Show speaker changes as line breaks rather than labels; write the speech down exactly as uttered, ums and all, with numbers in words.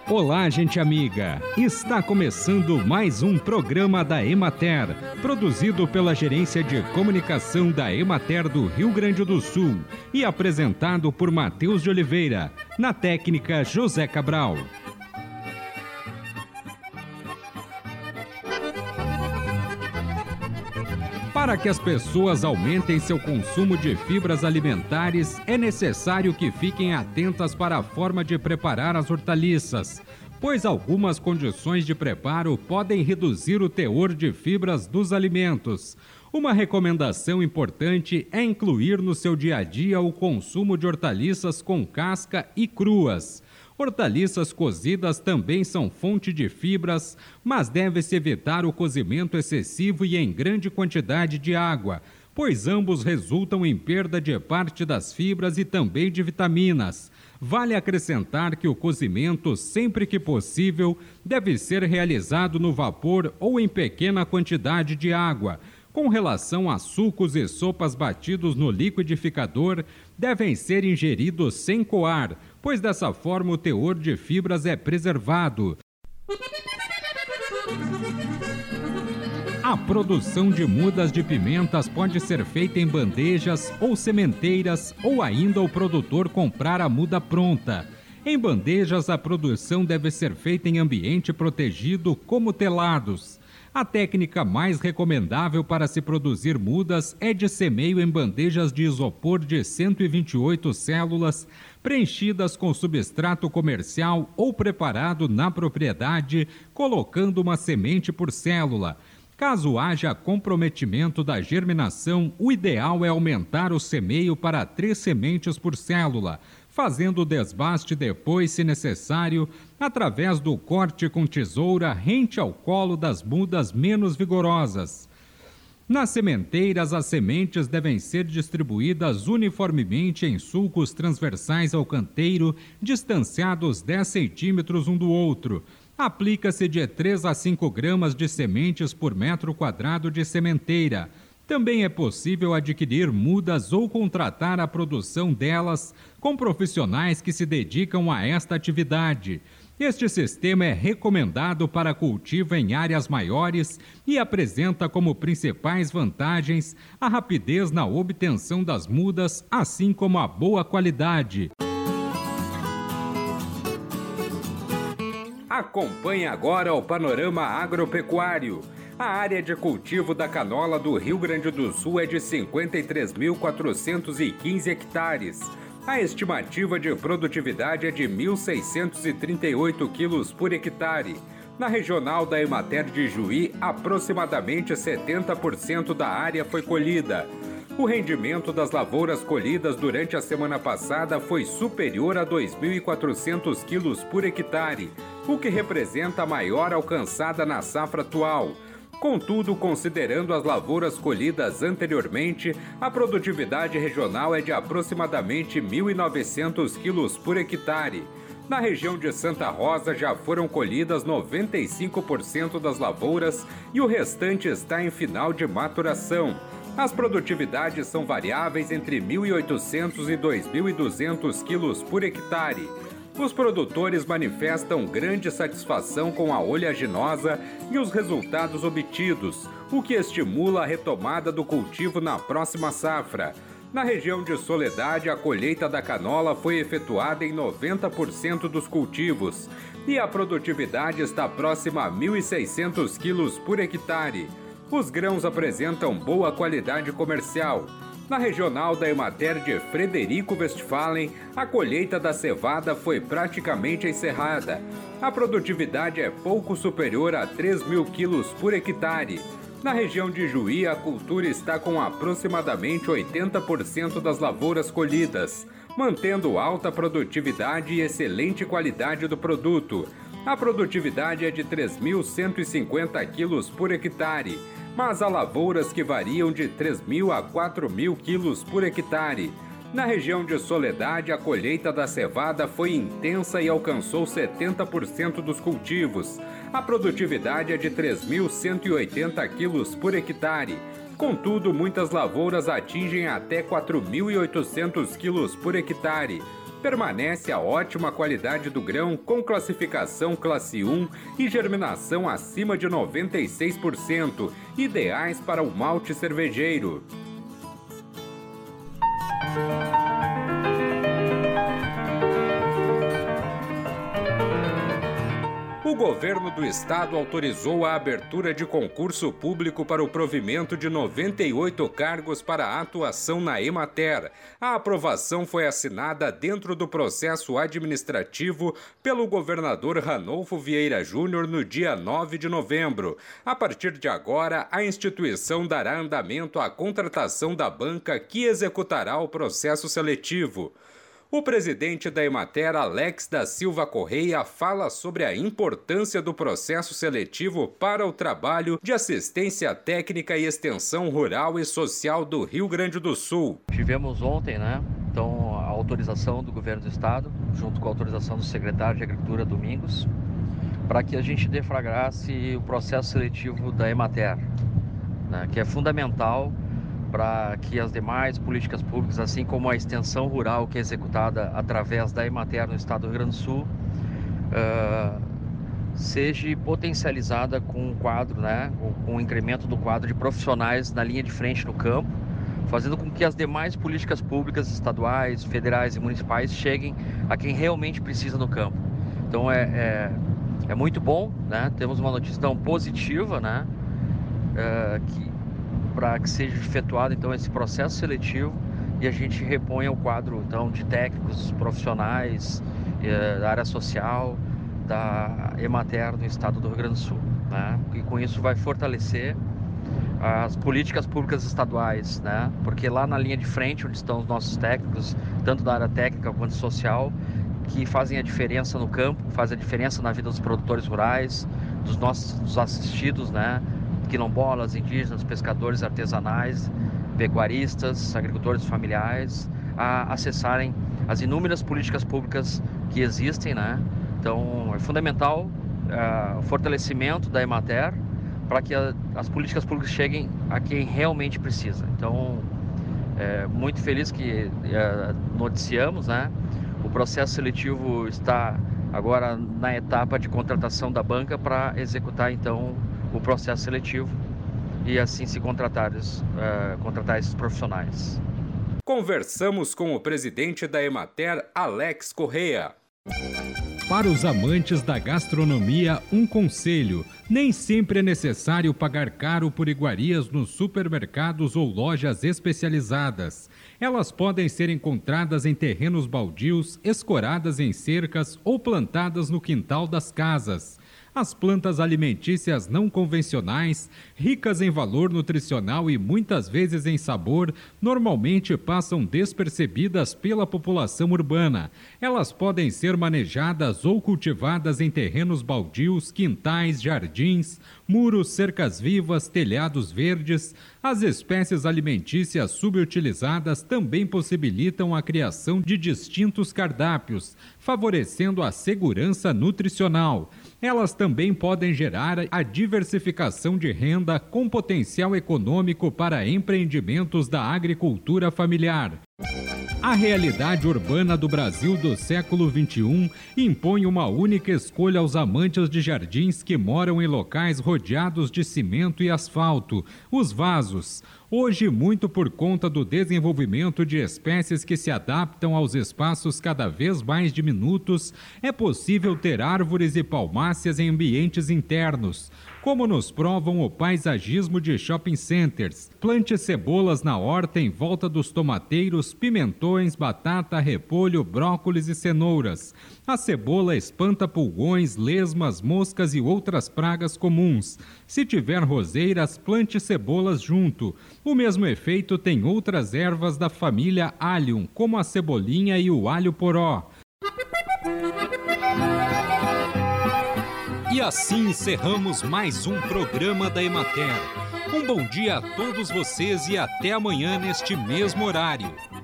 Olá, gente amiga! Está começando mais um programa da Emater, produzido pela Gerência de Comunicação da Emater do Rio Grande do Sul e apresentado por Matheus de Oliveira, na técnica José Cabral. Para que as pessoas aumentem seu consumo de fibras alimentares, é necessário que fiquem atentas para a forma de preparar as hortaliças, pois algumas condições de preparo podem reduzir o teor de fibras dos alimentos. Uma recomendação importante é incluir no seu dia a dia o consumo de hortaliças com casca e cruas. Hortaliças cozidas também são fonte de fibras, mas deve-se evitar o cozimento excessivo e em grande quantidade de água, pois ambos resultam em perda de parte das fibras e também de vitaminas. Vale acrescentar que o cozimento, sempre que possível, deve ser realizado no vapor ou em pequena quantidade de água. Com relação a sucos e sopas batidos no liquidificador, devem ser ingeridos sem coar, pois dessa forma o teor de fibras é preservado. A produção de mudas de pimentas pode ser feita em bandejas ou sementeiras, ou ainda o produtor comprar a muda pronta. Em bandejas, a produção deve ser feita em ambiente protegido, como telados. A técnica mais recomendável para se produzir mudas é de semeio em bandejas de isopor de cento e vinte e oito células, preenchidas com substrato comercial ou preparado na propriedade, colocando uma semente por célula. Caso haja comprometimento da germinação, o ideal é aumentar o semeio para três sementes por célula, fazendo o desbaste depois, se necessário, através do corte com tesoura rente ao colo das mudas menos vigorosas. Nas sementeiras, as sementes devem ser distribuídas uniformemente em sulcos transversais ao canteiro, distanciados dez centímetros um do outro. Aplica-se de três a cinco gramas de sementes por metro quadrado de sementeira. Também é possível adquirir mudas ou contratar a produção delas com profissionais que se dedicam a esta atividade. Este sistema é recomendado para cultivo em áreas maiores e apresenta como principais vantagens a rapidez na obtenção das mudas, assim como a boa qualidade. Acompanhe agora o panorama agropecuário. A área de cultivo da canola do Rio Grande do Sul é de cinquenta e três mil quatrocentos e quinze hectares. A estimativa de produtividade é de mil seiscentos e trinta e oito quilos por hectare. Na regional da Emater de Juí, aproximadamente setenta por cento da área foi colhida. O rendimento das lavouras colhidas durante a semana passada foi superior a dois mil e quatrocentos quilos por hectare, o que representa a maior alcançada na safra atual. Contudo, considerando as lavouras colhidas anteriormente, a produtividade regional é de aproximadamente mil e novecentos quilos por hectare. Na região de Santa Rosa já foram colhidas noventa e cinco por cento das lavouras e o restante está em final de maturação. As produtividades são variáveis entre mil e oitocentos e dois mil e duzentos quilos por hectare. Os produtores manifestam grande satisfação com a oleaginosa e os resultados obtidos, o que estimula a retomada do cultivo na próxima safra. Na região de Soledade, a colheita da canola foi efetuada em noventa por cento dos cultivos e a produtividade está próxima a mil e seiscentos quilos por hectare. Os grãos apresentam boa qualidade comercial. Na regional da Emater de Frederico Westphalen, a colheita da cevada foi praticamente encerrada. A produtividade é pouco superior a três mil quilos por hectare. Na região de Juí, a cultura está com aproximadamente oitenta por cento das lavouras colhidas, mantendo alta produtividade e excelente qualidade do produto. A produtividade é de três mil cento e cinquenta quilos por hectare, mas há lavouras que variam de três mil a quatro mil quilos por hectare. Na região de Soledade, a colheita da cevada foi intensa e alcançou setenta por cento dos cultivos. A produtividade é de três mil cento e oitenta quilos por hectare. Contudo, muitas lavouras atingem até quatro mil e oitocentos quilos por hectare. permanece a ótima qualidade do grão com classificação classe um e germinação acima de noventa e seis por cento, ideais para o malte cervejeiro. O governo do estado autorizou a abertura de concurso público para o provimento de noventa e oito cargos para a atuação na Emater. A aprovação foi assinada dentro do processo administrativo pelo governador Ranolfo Vieira Júnior no dia nove de novembro. A partir de agora, a instituição dará andamento à contratação da banca que executará o processo seletivo. O presidente da Emater, Alex da Silva Correia, fala sobre a importância do processo seletivo para o trabalho de assistência técnica e extensão rural e social do Rio Grande do Sul.
Tivemos ontem, né, então, a autorização do governo do estado, junto com a autorização do secretário de Agricultura, Domingos, para que a gente deflagrasse o processo seletivo da Emater, né, que é fundamental para que as demais políticas públicas, assim como a extensão rural que é executada através da Emater no estado do Rio Grande do Sul, uh, seja potencializada com um quadro, né, com um incremento do quadro de profissionais na linha de frente no campo, fazendo com que as demais políticas públicas estaduais, federais e municipais cheguem a quem realmente precisa no campo. Então é, é, é muito bom, né? Temos uma notícia tão positiva, né, uh, que para que seja efetuado então esse processo seletivo e a gente reponha o quadro então de técnicos profissionais eh, da área social da Emater no estado do Rio Grande do Sul, né? E com isso vai fortalecer as políticas públicas estaduais, né? Porque lá na linha de frente onde estão os nossos técnicos, tanto da área técnica quanto social, que fazem a diferença no campo, fazem a diferença na vida dos produtores rurais, dos nossos dos assistidos, né? Quilombolas, indígenas, pescadores artesanais, pecuaristas, agricultores familiares, a acessarem as inúmeras políticas públicas que existem, né? Então, é fundamental uh, o fortalecimento da Emater para que a, as políticas públicas cheguem a quem realmente precisa. Então, é muito feliz que uh, noticiamos, né? O processo seletivo está agora na etapa de contratação da banca para executar, então, o processo seletivo e assim se contratar, uh, contratar esses profissionais.
Conversamos com o presidente da Emater, Alex Correia.
Para os amantes da gastronomia, um conselho: nem sempre é necessário pagar caro por iguarias nos supermercados ou lojas especializadas. Elas podem ser encontradas em terrenos baldios, escoradas em cercas ou plantadas no quintal das casas. As plantas alimentícias não convencionais, ricas em valor nutricional e muitas vezes em sabor, normalmente passam despercebidas pela população urbana. Elas podem ser manejadas ou cultivadas em terrenos baldios, quintais, jardins, muros, cercas vivas, telhados verdes. As espécies alimentícias subutilizadas também possibilitam a criação de distintos cardápios, favorecendo a segurança nutricional. Elas também podem gerar a diversificação de renda com potencial econômico para empreendimentos da agricultura familiar. A realidade urbana do Brasil do século vinte e um impõe uma única escolha aos amantes de jardins que moram em locais rodeados de cimento e asfalto: os vasos. Hoje, muito por conta do desenvolvimento de espécies que se adaptam aos espaços cada vez mais diminutos, é possível ter árvores e palmáceas em ambientes internos, como nos provam o paisagismo de shopping centers. Plante cebolas na horta em volta dos tomateiros, pimentões, batata, repolho, brócolis e cenouras. A cebola espanta pulgões, lesmas, moscas e outras pragas comuns. Se tiver roseiras, plante cebolas junto. O mesmo efeito tem outras ervas da família Allium, como a cebolinha e o alho poró. E assim encerramos mais um programa da Emater. Um bom dia a todos vocês e até amanhã neste mesmo horário.